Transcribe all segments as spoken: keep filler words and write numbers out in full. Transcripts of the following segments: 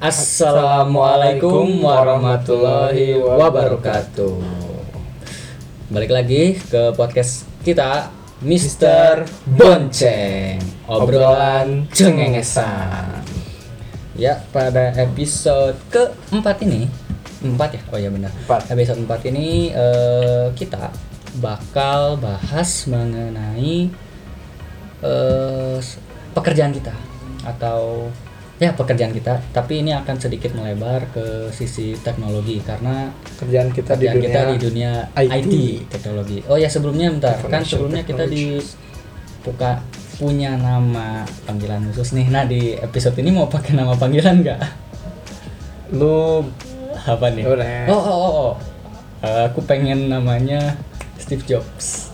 Assalamualaikum warahmatullahi wabarakatuh. Balik lagi ke podcast kita, Mister Bonceng, obrolan cengengesan. Ya, pada episode keempat ini, empat ya, oh ya benar. Empat. Episode empat ini uh, kita bakal bahas mengenai uh, pekerjaan kita atau ya pekerjaan kita, tapi ini akan sedikit melebar ke sisi teknologi karena kerjaan kita kerjaan di dunia, kita di dunia I T. I T teknologi. Oh ya sebelumnya bentar, kan sebelumnya kita di buka punya nama panggilan khusus nih. Nah di episode ini mau pakai nama panggilan nggak? Lu apa nih? Udah. Oh oh oh, oh. Uh, aku pengen namanya Steve Jobs.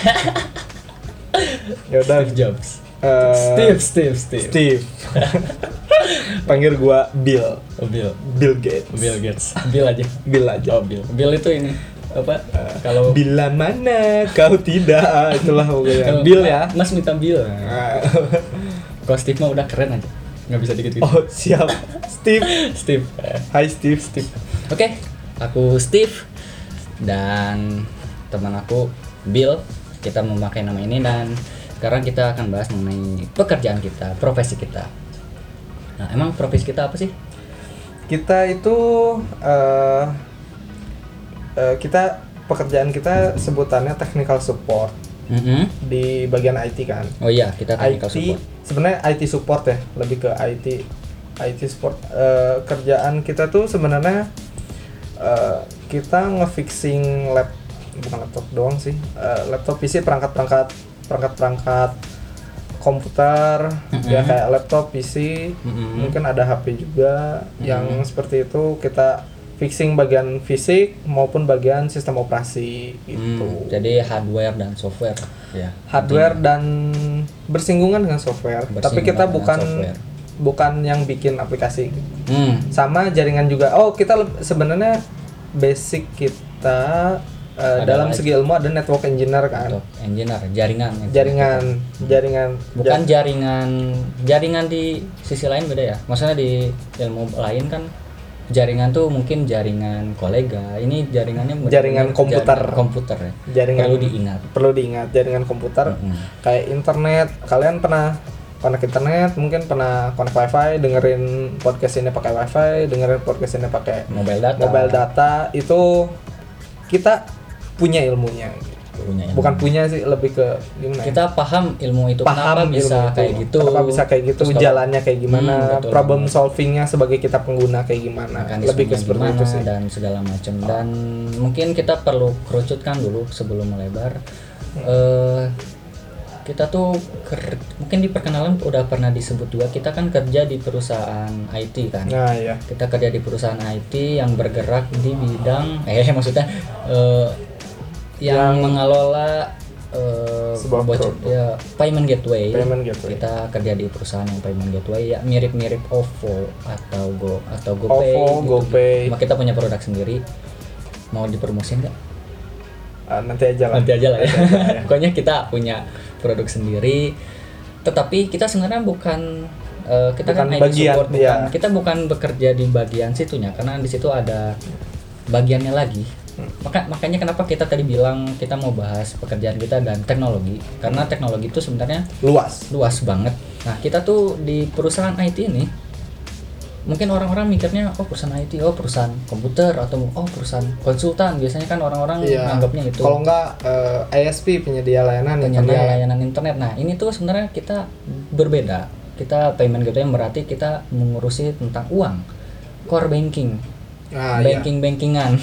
Ya udah Steve Jobs. Uh, Steve Steve Steve. Steve. Panggil gua Bill. Oh, Bill. Bill Gates. Bill Gates. Bill aja. Bill aja. Oh, Bill. Bill itu ini apa? Uh, kalau bila mana kau tidak, itulah pokoknya. Bill ya. Mas minta Bill. Kalau Steve mah udah keren aja. Nggak bisa dikit-dikit. Oh, siap. Steve. Steve. Hai Steve. Steve. Oke, okay. Aku Steve dan teman aku Bill. Kita memakai nama ini dan sekarang kita akan bahas mengenai pekerjaan kita, profesi kita. Nah, emang profesi kita apa sih? Kita itu uh, uh, kita pekerjaan kita sebutannya technical support. Mm-hmm. Di bagian I T kan. Oh iya, kita technical I T, support. Sebenarnya I T support ya, lebih ke I T I T support. Uh, kerjaan kita tuh sebenarnya uh, kita nge-fixing lab, bukan laptop doang sih. Uh, laptop P C, perangkat-perangkat perangkat-perangkat komputer, mm-hmm. ya kayak laptop, P C, mm-hmm. mungkin ada H P juga, mm-hmm. yang seperti itu kita fixing bagian fisik maupun bagian sistem operasi gitu. Hmm, jadi hardware dan software, ya. Hardware jadi, dan bersinggungan dengan software. Bersinggungan tapi kita bukan software. bukan yang bikin aplikasi. Hmm. Sama jaringan juga. Oh, kita sebenarnya basic kita Uh, dalam segi ilmu ada network engineer kan. Network engineer, jaringan. Jaringan, jaringan. Bukan jaringan, jaringan di sisi lain beda ya. Maksudnya di ilmu lain kan jaringan tuh mungkin jaringan kolega. Ini jaringannya jaringan komputer. Jaringan komputer ya. Jaringan perlu diingat. Perlu diingat jaringan komputer. Mm-hmm. Kayak internet. Kalian pernah connect internet, mungkin pernah connect wifi, dengerin podcast ini pakai wifi, dengerin podcast ini pakai mobile data. Mobile data itu kita punya ilmunya gitu. Punya ilmu. Bukan punya sih, lebih ke gimana? Kita paham ilmu itu, paham kenapa bisa itu. kayak gitu. Kenapa bisa kayak gitu, terus jalannya kayak gimana, hmm, betul, problem betul. solvingnya sebagai kita pengguna kayak gimana. Lebih ke seperti itu sih. Dan segala macam. Oh. Dan mungkin kita perlu kerucutkan dulu sebelum melebar. Hmm. Uh, kita tuh ker- mungkin di perkenalan udah pernah disebut juga, kita kan kerja di perusahaan I T kan. Nah, iya. Kita kerja di perusahaan I T yang bergerak di bidang eh maksudnya uh, yang, yang mengelola uh, sebuah bocor, ya, payment gateway. Payment gateway. Kita kerja di perusahaan yang payment gateway ya, mirip-mirip O V O atau Go atau GoPay. O V O, gitu, GoPay. Gitu. Kita punya produk sendiri. Mau dipromosin nggak? Uh, nanti aja lah. Nanti aja lah ya. Pokoknya kita punya produk sendiri. Tetapi kita sebenarnya bukan uh, kita bukan kan I T bagian, support, bukan. Ya. Kita bukan bekerja di bagian situnya karena di situ ada bagiannya lagi. Maka makanya kenapa kita tadi bilang kita mau bahas pekerjaan kita dan teknologi, karena teknologi itu sebenarnya luas luas banget. Nah kita tuh di perusahaan I T ini mungkin orang-orang mikirnya oh perusahaan I T, oh perusahaan komputer atau oh perusahaan konsultan, biasanya kan orang-orang iya. menganggapnya itu. Kalau enggak uh, I S P, penyedia layanan penyedia internet. layanan internet. Nah ini tuh sebenarnya kita berbeda. Kita payment gitu yang berarti kita mengurusi tentang uang, core banking. Ah, banking-bankingan.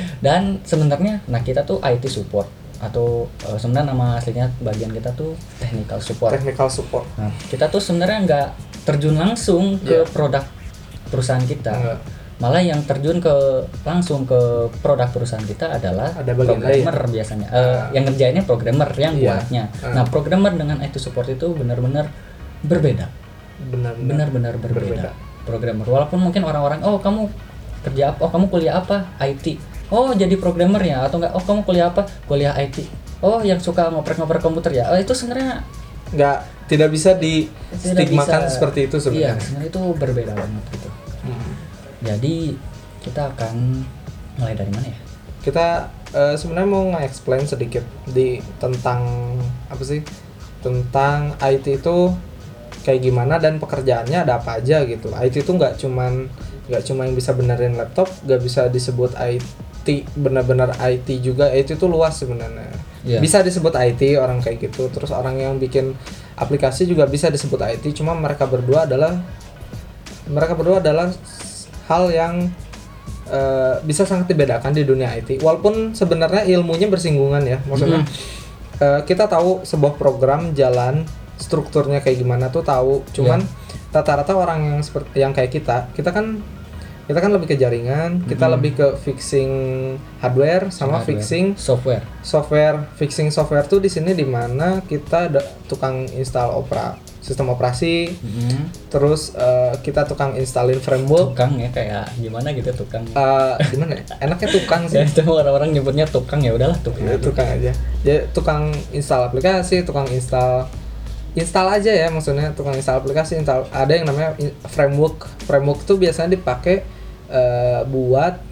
Dan sebenarnya nah kita tuh I T support atau uh, sebenarnya nama aslinya bagian kita tuh technical support. Technical support. Nah, kita tuh sebenarnya nggak terjun langsung ke yeah. produk perusahaan kita. Enggak. Malah yang terjun ke langsung ke produk perusahaan kita adalah ada programmer lain. Biasanya. Uh, uh. Yang ngerjainnya programmer yang yeah. buatnya. Uh. Nah, programmer dengan I T support itu benar-benar berbeda. Benar-benar benar-benar berbeda. berbeda. Programmer. Walaupun mungkin orang-orang oh kamu kerja apa? Oh kamu kuliah apa? I T. Oh jadi programmer ya? Atau enggak? Oh kamu kuliah apa? Kuliah I T. Oh yang suka ngoprek-ngoprek komputer ya? Oh itu sebenarnya nggak tidak bisa di stigmakan seperti itu sebenarnya. Iya sebenarnya itu berbeda banget gitu. Hmm. Jadi kita akan mulai dari mana ya? Kita uh, sebenarnya mau nge-explain sedikit di tentang apa sih? Tentang I T itu kayak gimana dan pekerjaannya ada apa aja gitu. I T itu nggak cuman nggak cuma yang bisa benerin laptop, nggak bisa disebut I T benar-benar I T juga. I T itu luas sebenarnya. Yeah. Bisa disebut I T orang kayak gitu. Terus orang yang bikin aplikasi juga bisa disebut I T. Cuma mereka berdua adalah mereka berdua adalah hal yang uh, bisa sangat dibedakan di dunia I T. Walaupun sebenarnya ilmunya bersinggungan ya. Maksudnya mm-hmm. uh, kita tahu sebuah program jalan strukturnya kayak gimana tuh tahu. Cuman yeah. rata-rata orang yang seperti yang kayak kita, kita kan kita kan lebih ke jaringan, kita mm-hmm. lebih ke fixing hardware sama hardware. Fixing software. Software, fixing software tuh di sini di mana kita ada tukang install opera sistem operasi, mm-hmm. terus uh, kita tukang installin framework. Tukang ya kayak gimana gitu tukang. Uh, gimana? Enaknya tukang sih. Ya, itu orang-orang nyebutnya tukang ya udahlah tukang. Ya, tukang aja. Ya tukang install aplikasi, tukang install install aja ya maksudnya tukang install aplikasi, install ada yang namanya framework. Framework tuh biasanya dipakai uh, buat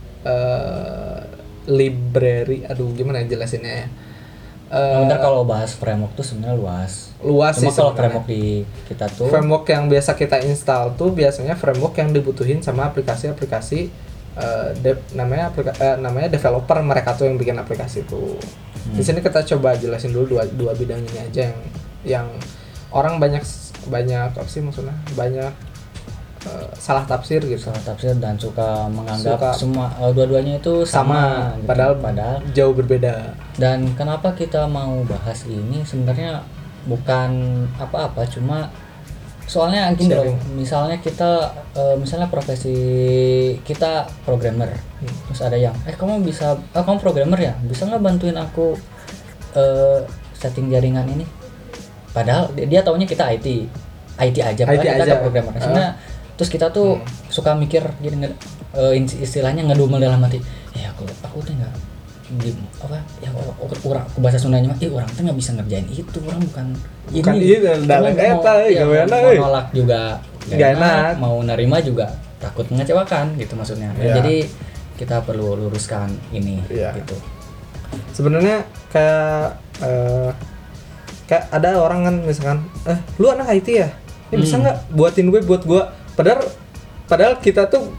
uh, library. Aduh gimana jelasinnya ya? Uh, Bentar kalau bahas framework tuh sebenarnya luas. Luas Cuma sih kalau sebenarnya. Framework di kita tuh framework yang biasa kita install tuh biasanya framework yang dibutuhin sama aplikasi-aplikasi uh, de- namanya aplika- uh, namanya developer mereka tuh yang bikin aplikasi tuh. Hmm. Di sini kita coba jelasin dulu dua dua bidang ini aja yang yang orang banyak banyak apa sih maksudnya banyak uh, salah tafsir gitu. Salah tafsir dan suka menganggap Suka semua uh, dua-duanya itu sama, sama gitu. padahal padahal jauh berbeda. Dan kenapa kita mau bahas ini sebenarnya bukan apa-apa, cuma soalnya gini loh, misalnya kita uh, misalnya profesi kita programmer, hmm. terus ada yang eh kamu bisa oh, kamu programmer ya, bisa nggak bantuin aku uh, setting jaringan ini, padahal dia, dia taunya kita I T I T aja, padahal kita aja. Kan programmer. Sebenarnya uh. terus kita tuh hmm. suka mikir gini uh, istilahnya ngedumel dalam hati, ya aku aku tuh nggak apa ya orang bahasa Sundanya mah eh orang tuh nggak bisa ngerjain itu, orang bukan bukan ini dalam eta ya, mau nolak juga nggak enak, mau nerima juga takut mengecewakan gitu maksudnya ya. Jadi kita perlu luruskan ini ya. Gitu sebenarnya kayak uh, kayak ada orang kan misalkan eh lu anak I T ya, ya hmm. bisa nggak buatin web buat gua, padahal padahal kita tuh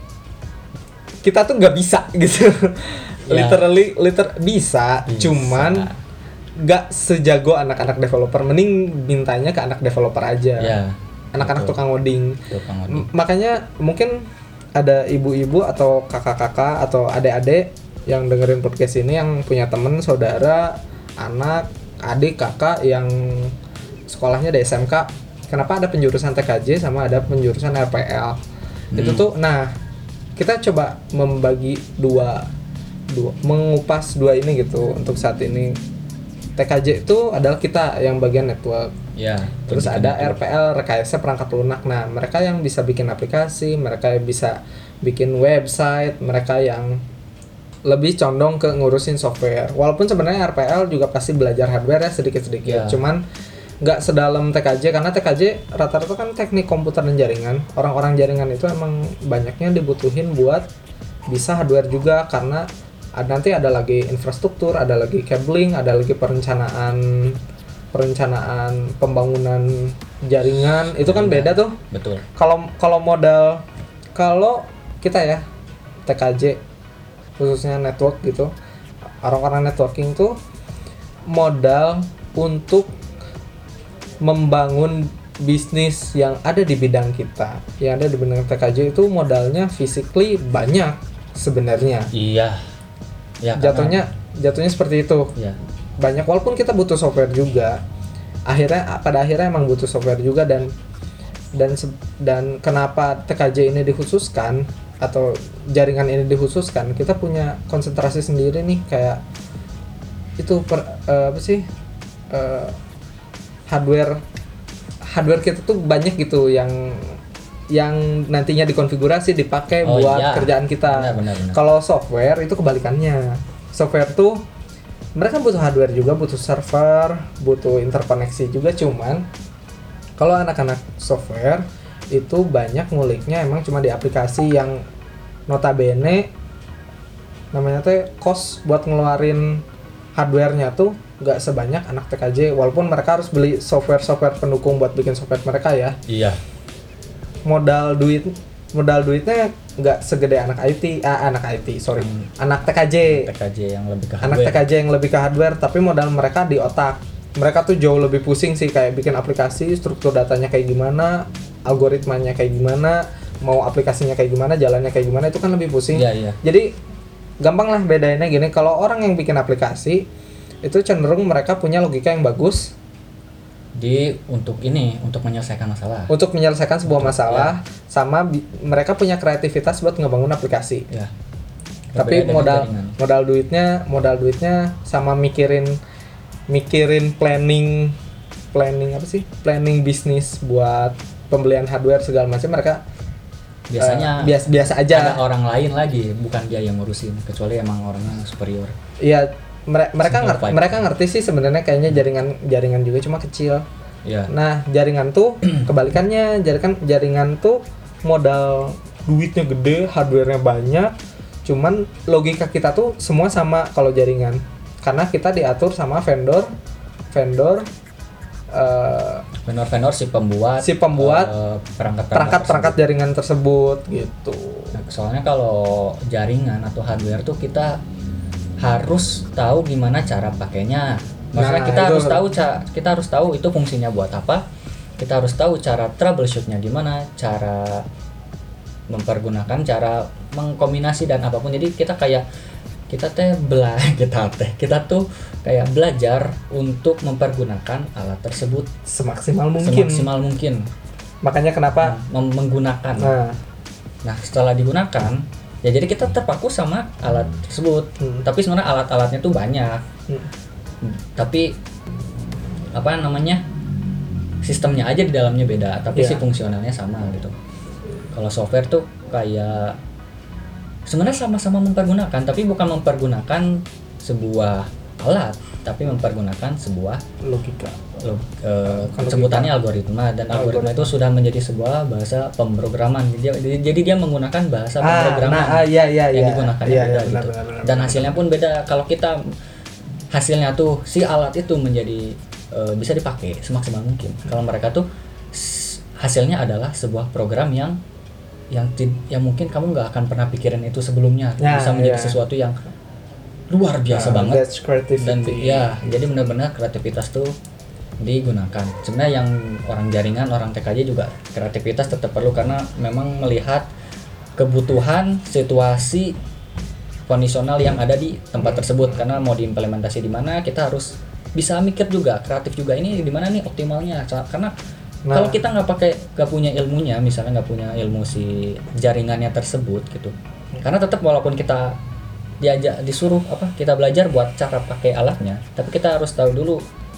kita tuh nggak bisa gitu. Ya. Literally, liter bisa, bisa. Cuman nggak sejago anak-anak developer. Mending mintanya ke anak developer aja. Ya, anak-anak betul. tukang ngoding. Tukang ngoding. M- makanya mungkin ada ibu-ibu atau kakak-kakak atau adik-adik yang dengerin podcast ini yang punya temen, saudara, anak, adik, kakak yang sekolahnya di S M K. Kenapa ada penjurusan T K J sama ada penjurusan R P L? Hmm. Itu tuh, nah kita coba membagi dua. Dua, mengupas dua ini gitu untuk saat ini. T K J itu adalah kita yang bagian network. Ya. Terus ada network. R P L, rekayasa perangkat lunak. Nah, mereka yang bisa bikin aplikasi, mereka yang bisa bikin website, mereka yang lebih condong ke ngurusin software. Walaupun sebenarnya R P L juga pasti belajar hardware ya sedikit-sedikit. Ya. Cuman nggak sedalam T K J karena T K J rata-rata kan teknik komputer dan jaringan. Orang-orang jaringan itu emang banyaknya dibutuhin buat bisa hardware juga karena nanti ada lagi infrastruktur, ada lagi cabling, ada lagi perencanaan perencanaan pembangunan jaringan. Itu kan beda tuh. Betul. Kalau kalau modal kalau kita ya T K J khususnya network gitu, orang-orang networking tuh modal untuk membangun bisnis yang ada di bidang kita, yang ada di bidang T K J itu modalnya physically banyak sebenarnya. Iya. Ya, jatuhnya karena, jatuhnya seperti itu. Ya. Banyak walaupun kita butuh software juga. Akhirnya pada akhirnya emang butuh software juga dan dan dan kenapa T K J ini dikhususkan atau jaringan ini dikhususkan? Kita punya konsentrasi sendiri nih kayak itu per, uh, apa sih? Uh, hardware hardware kita tuh banyak gitu yang yang nantinya dikonfigurasi dipakai oh, buat iya. kerjaan kita. Benar, benar, benar. Kalau software itu kebalikannya. Software tuh mereka butuh hardware juga, butuh server, butuh interkoneksi juga. Cuman kalau anak-anak software itu banyak nguliknya emang cuma di aplikasi yang notabene namanya teh cost buat ngeluarin hardware-nya tuh nggak sebanyak anak T K J, walaupun mereka harus beli software-software pendukung buat bikin software mereka ya. Iya. Modal duit modal duitnya nggak segede anak I T, ah anak I T, sorry, hmm. anak T K J. T K J yang lebih ke hardware. Anak T K J yang lebih ke hardware, tapi modal mereka di otak. Mereka tuh jauh lebih pusing sih, kayak bikin aplikasi, struktur datanya kayak gimana, algoritmanya kayak gimana, mau aplikasinya kayak gimana, jalannya kayak gimana, itu kan lebih pusing. Iya, iya. Jadi gampang lah bedainnya gini, kalau orang yang bikin aplikasi itu cenderung mereka punya logika yang bagus di untuk ini untuk menyelesaikan masalah. Untuk menyelesaikan sebuah untuk, masalah, ya. Sama bi- mereka punya kreativitas buat ngebangun aplikasi. Ya. Tapi modal jaringan. modal duitnya, modal duitnya sama mikirin mikirin planning planning apa sih? Planning bisnis buat pembelian hardware segala macam mereka biasanya uh, biasa biasa aja. Ada orang lain lagi, bukan dia yang ngurusin, kecuali emang orangnya superior. Iya, mere- mereka ngerti, mereka ngerti sih sebenarnya kayaknya jaringan jaringan juga cuma kecil. Iya. Nah, jaringan tuh kebalikannya, jaringan jaringan tuh modal duitnya gede, hardware-nya banyak, cuman logika kita tuh semua sama kalau jaringan. Karena kita diatur sama vendor vendor uh, vendor-vendor si pembuat si pembuat uh, perangkat perangkat-perangkat jaringan tersebut gitu. Nah, soalnya kalau jaringan atau hardware tuh kita harus tahu gimana cara pakainya. Maksudnya nah, kita harus tahu kita harus tahu itu fungsinya buat apa. Kita harus tahu cara troubleshootnya gimana, cara mempergunakan, cara mengkombinasi dan apapun. Jadi kita kayak kita teh bela kita teh kita tuh kayak belajar untuk mempergunakan alat tersebut semaksimal mungkin semaksimal mungkin makanya kenapa mem- menggunakan nah. nah setelah digunakan ya jadi kita terpaku sama alat tersebut hmm. tapi sebenarnya alat-alatnya tuh banyak hmm. tapi apa namanya sistemnya aja di dalamnya beda tapi yeah. si fungsionalnya sama gitu. Kalau software tuh kayak sebenarnya sama-sama mempergunakan, tapi bukan mempergunakan sebuah alat, tapi mempergunakan sebuah logika. Log, uh, sebutannya algoritma dan algoritma, algoritma itu sudah menjadi sebuah bahasa pemrograman. Jadi, jadi dia menggunakan bahasa ah, pemrograman nah, ah, iya, iya, yang iya, digunakan iya, beda iya, gitu. benar, benar, benar, dan hasilnya pun beda. Kalau kita hasilnya tuh si alat itu menjadi uh, bisa dipakai semaksimal mungkin. Kalau mereka tuh hasilnya adalah sebuah program yang yang yang mungkin kamu nggak akan pernah pikirin itu sebelumnya ya, bisa menjadi ya. Sesuatu yang luar biasa nah, banget dan ya jadi benar-benar kreativitas tuh digunakan. Sebenarnya yang orang jaringan, orang T K J juga kreativitas tetap perlu karena memang melihat kebutuhan situasi kondisional yang ada di tempat tersebut. Karena mau diimplementasi di mana kita harus bisa mikir juga, kreatif juga, ini di mana nih optimalnya. Karena nah. kalau kita nggak pakai, nggak punya ilmunya, misalnya nggak punya ilmu si jaringannya tersebut gitu. Karena tetap walaupun kita diajak disuruh apa kita belajar buat cara pakai alatnya, tapi kita harus tahu dulu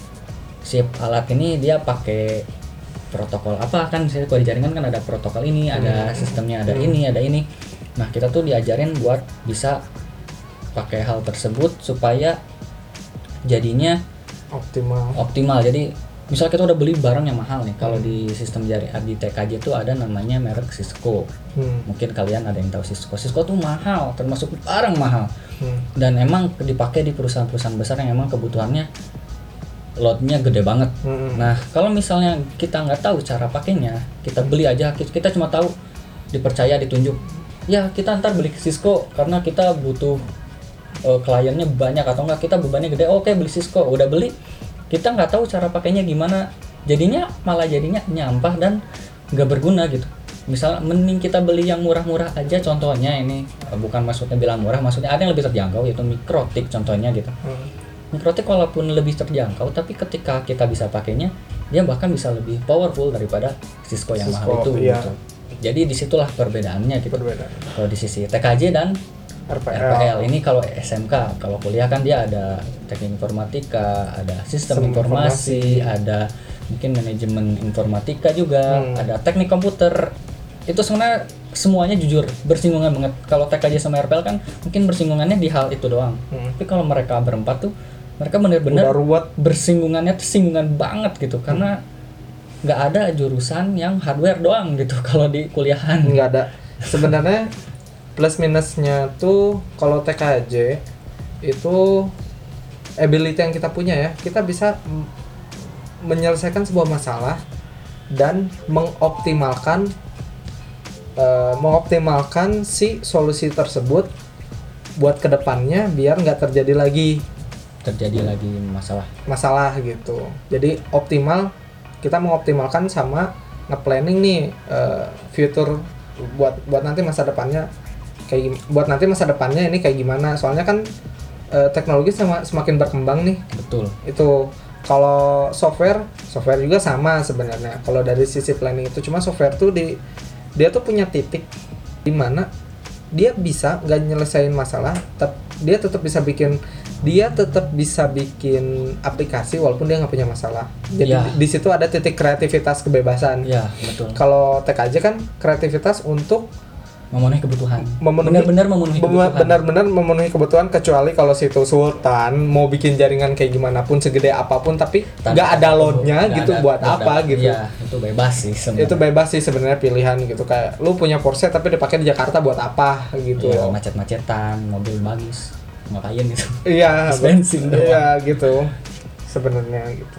si alat ini dia pakai protokol apa kan. Misalnya kalau di jaringan kan ada protokol ini, hmm. ada sistemnya, ada hmm. ini, ada ini. Nah kita tuh diajarin buat bisa pakai hal tersebut supaya jadinya optimal. Optimal. Jadi misal kita udah beli barang yang mahal nih, kalau hmm. di sistem jaringan di T K J itu ada namanya merek Cisco. Hmm. Mungkin kalian ada yang tahu Cisco. Cisco tuh mahal, termasuk barang mahal. Hmm. Dan emang dipakai di perusahaan-perusahaan besar yang emang kebutuhannya loadnya gede banget. Hmm. Nah, kalau misalnya kita nggak tahu cara pakainya, kita beli aja, kita cuma tahu dipercaya, ditunjuk. Ya, kita ntar beli Cisco karena kita butuh uh, kliennya banyak atau enggak kita bebannya gede. Oh, oke, beli Cisco, udah beli. Kita nggak tahu cara pakainya gimana, jadinya malah jadinya nyampah dan nggak berguna gitu. Misal mending kita beli yang murah-murah aja, contohnya ini bukan maksudnya bilang murah, maksudnya ada yang lebih terjangkau yaitu Mikrotik contohnya gitu. Hmm. Mikrotik walaupun lebih terjangkau, tapi ketika kita bisa pakainya, dia bahkan bisa lebih powerful daripada Cisco yang Cisco, mahal itu. Iya. Gitu. Jadi disitulah perbedaannya gitu. Perbedaan. Kalau di sisi T K J dan R P L. R P L ini kalau S M K, kalau kuliah kan dia ada teknik informatika, ada sistem informasi, informasi, ada mungkin manajemen informatika juga, hmm. ada teknik komputer. Itu sebenarnya semuanya jujur bersinggungan banget. Kalau T K J sama R P L kan mungkin bersinggungannya di hal itu doang. Hmm. Tapi kalau mereka berempat tuh mereka benar-benar bersinggungannya tuh singgungan banget gitu. Karena hmm. nggak ada jurusan yang hardware doang gitu kalau di kuliahan. Nggak ada. Sebenarnya plus minusnya tuh kalau T K J itu ability yang kita punya ya, kita bisa m- menyelesaikan sebuah masalah dan mengoptimalkan uh, mengoptimalkan si solusi tersebut buat kedepannya biar nggak terjadi lagi terjadi lagi masalah masalah gitu. Jadi optimal, kita mengoptimalkan sama nge-planning nih uh, future buat buat nanti masa depannya kayak gim- buat nanti masa depannya ini kayak gimana. Soalnya kan uh, teknologi sama semakin berkembang nih. betul. Itu kalau software, software juga sama sebenarnya. Kalau dari sisi planning itu cuma software tuh di dia tuh punya titik di mana dia bisa nggak nyelesain masalah, tapi dia tetap bisa bikin dia tetap bisa bikin aplikasi walaupun dia nggak punya masalah. Jadi Ya. di, di situ ada titik kreativitas kebebasan. Ya betul. Kalau T K J kan kreativitas untuk Memenuhi kebutuhan. memenuhi Benar-benar memenuhi Mem- kebutuhan. benar-benar memenuhi kebutuhan, kecuali kalau situ Sultan mau bikin jaringan kayak gimana pun segede apapun tapi Tanpa nggak ada itu, loadnya nggak gitu ada- buat nggak apa ada- gitu. Iya, itu bebas sih sebenarnya. Itu bebas sih sebenarnya pilihan gitu, kayak lu punya Porsche tapi dipakai di Jakarta buat apa gitu. Iya, macet-macetan, mobil bagus, ngapain gitu. Iya, Gas bensin doang. iya gitu sebenarnya gitu.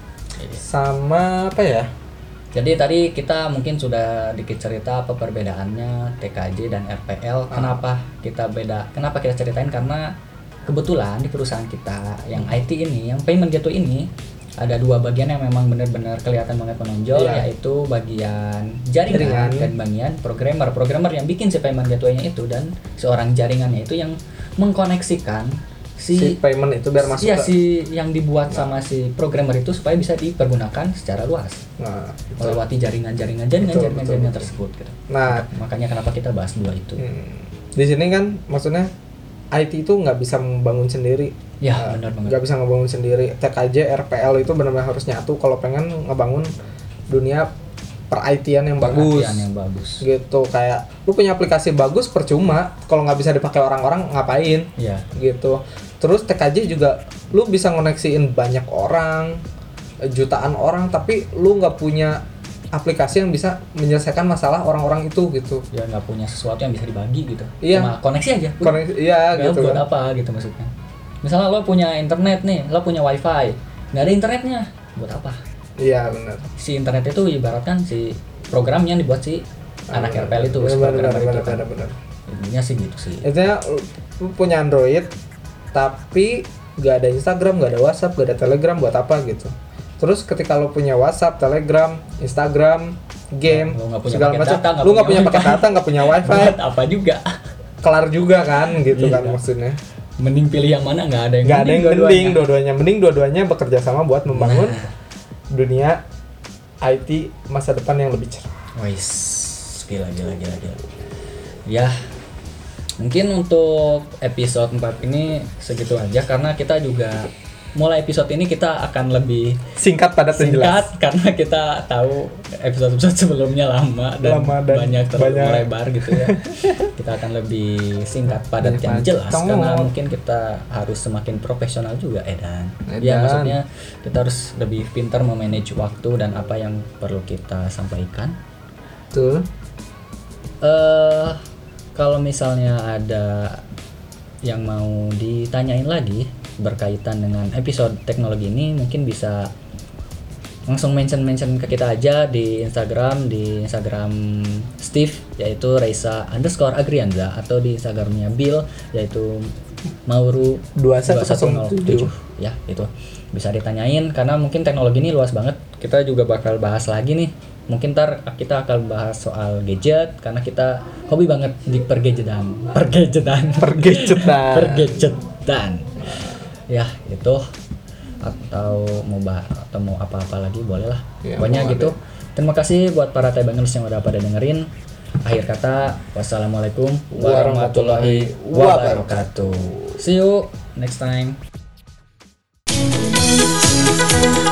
Sama apa ya? Jadi tadi kita mungkin sudah dikit cerita apa perbedaannya T K J dan R P L. Kenapa kita beda? Kenapa kita ceritain? Karena kebetulan di perusahaan kita yang I T ini, yang payment gateway ini, ada dua bagian yang memang benar-benar kelihatan banget menonjol, Iya. yaitu bagian jaringan, Jaringan. dan bagian programmer. Programmer yang bikin si payment gateway-nya itu, dan seorang jaringannya itu yang mengkoneksikan Si, si payment itu biar masuk Iya ke- si yang dibuat sama si programmer itu supaya bisa dipergunakan secara luas Nah, itu. melewati jaringan-jaringan jaringan Betul, jaringan betul, jaringan betul. tersebut gitu. Nah, Makanya kenapa kita bahas dua itu. Hmm. Di sini kan maksudnya I T itu nggak bisa membangun sendiri. Ya, Nah, benar banget. nggak bisa ngebangun sendiri. T K J, R P L itu benar-benar harus nyatu kalau pengen ngebangun dunia per I T-an yang bagus. Perhatian yang bagus. Gitu, kayak lu punya aplikasi bagus percuma kalau nggak bisa dipakai orang-orang ngapain Iya. gitu. Terus T K J juga lu bisa ngoneksiin banyak orang, jutaan orang, tapi lu nggak punya aplikasi yang bisa menyelesaikan masalah orang-orang itu gitu. Ya nggak punya sesuatu yang bisa dibagi gitu. Iya. Cuma koneksi aja. Udah. Koneksi, iya Nggak gitu buat kan. apa gitu maksudnya. Misalnya lo punya internet nih, lo punya wifi, nggak ada internetnya, buat apa? Iya benar. Si internet itu ibaratkan si program yang dibuat si anak R P L itu, si benar, programmer benar, itu benar, kan. benar. Intinya sih gitu sih. Intinya lu- lu punya Android tapi nggak ada Instagram, nggak ada WhatsApp, nggak ada Telegram, buat apa gitu. Terus ketika lu punya WhatsApp, Telegram, Instagram, game, Lu nggak punya segala paket macam, data, nggak lu nggak punya punya paket wifi. data, nggak punya wifi, Buat apa juga? kelar juga kan gitu Iya. kan maksudnya. Mending pilih yang mana, nggak ada yang Nggak ada yang dua-duanya. mending dua-duanya, mending dua-duanya bekerja sama buat membangun Nah. dunia I T masa depan yang lebih cerah. Wais, gila gila gila gila. Ya, mungkin untuk episode empat ini segitu aja karena kita juga mulai episode ini kita akan lebih Singkat, padat, dan singkat jelas. karena kita tahu episode-episode sebelumnya lama dan, Lama dan banyak terlalu banyak. melebar gitu ya. Kita akan lebih singkat, padat, dan jelas Betul. karena mungkin kita harus semakin profesional juga Edan. Edan. Ya maksudnya kita harus lebih pintar memanage waktu dan apa yang perlu kita sampaikan. Betul. Eh kalau misalnya ada yang mau ditanyain lagi berkaitan dengan episode teknologi ini, mungkin bisa langsung mention-mention ke kita aja di Instagram, di Instagram Steve yaitu Reisa underscore Agrianza, atau di Instagramnya Bill yaitu Mauru dua satu dua satu nol nol tujuh. tujuh. Ya itu bisa ditanyain karena mungkin teknologi ini luas banget. Kita juga bakal bahas lagi nih. Mungkin ntar kita akan bahas soal gadget karena kita hobi banget di pergadgetan, pergadgetan, Pergadgetan. pergadgetan. Ya itu, atau mau bah atau mau apa-apa lagi boleh lah. Ya, Pokoknya mau gitu. Terima kasih buat para Tebangers yang udah pada dengerin. Akhir kata, wassalamualaikum warahmatullahi wabarakatuh. See you next time.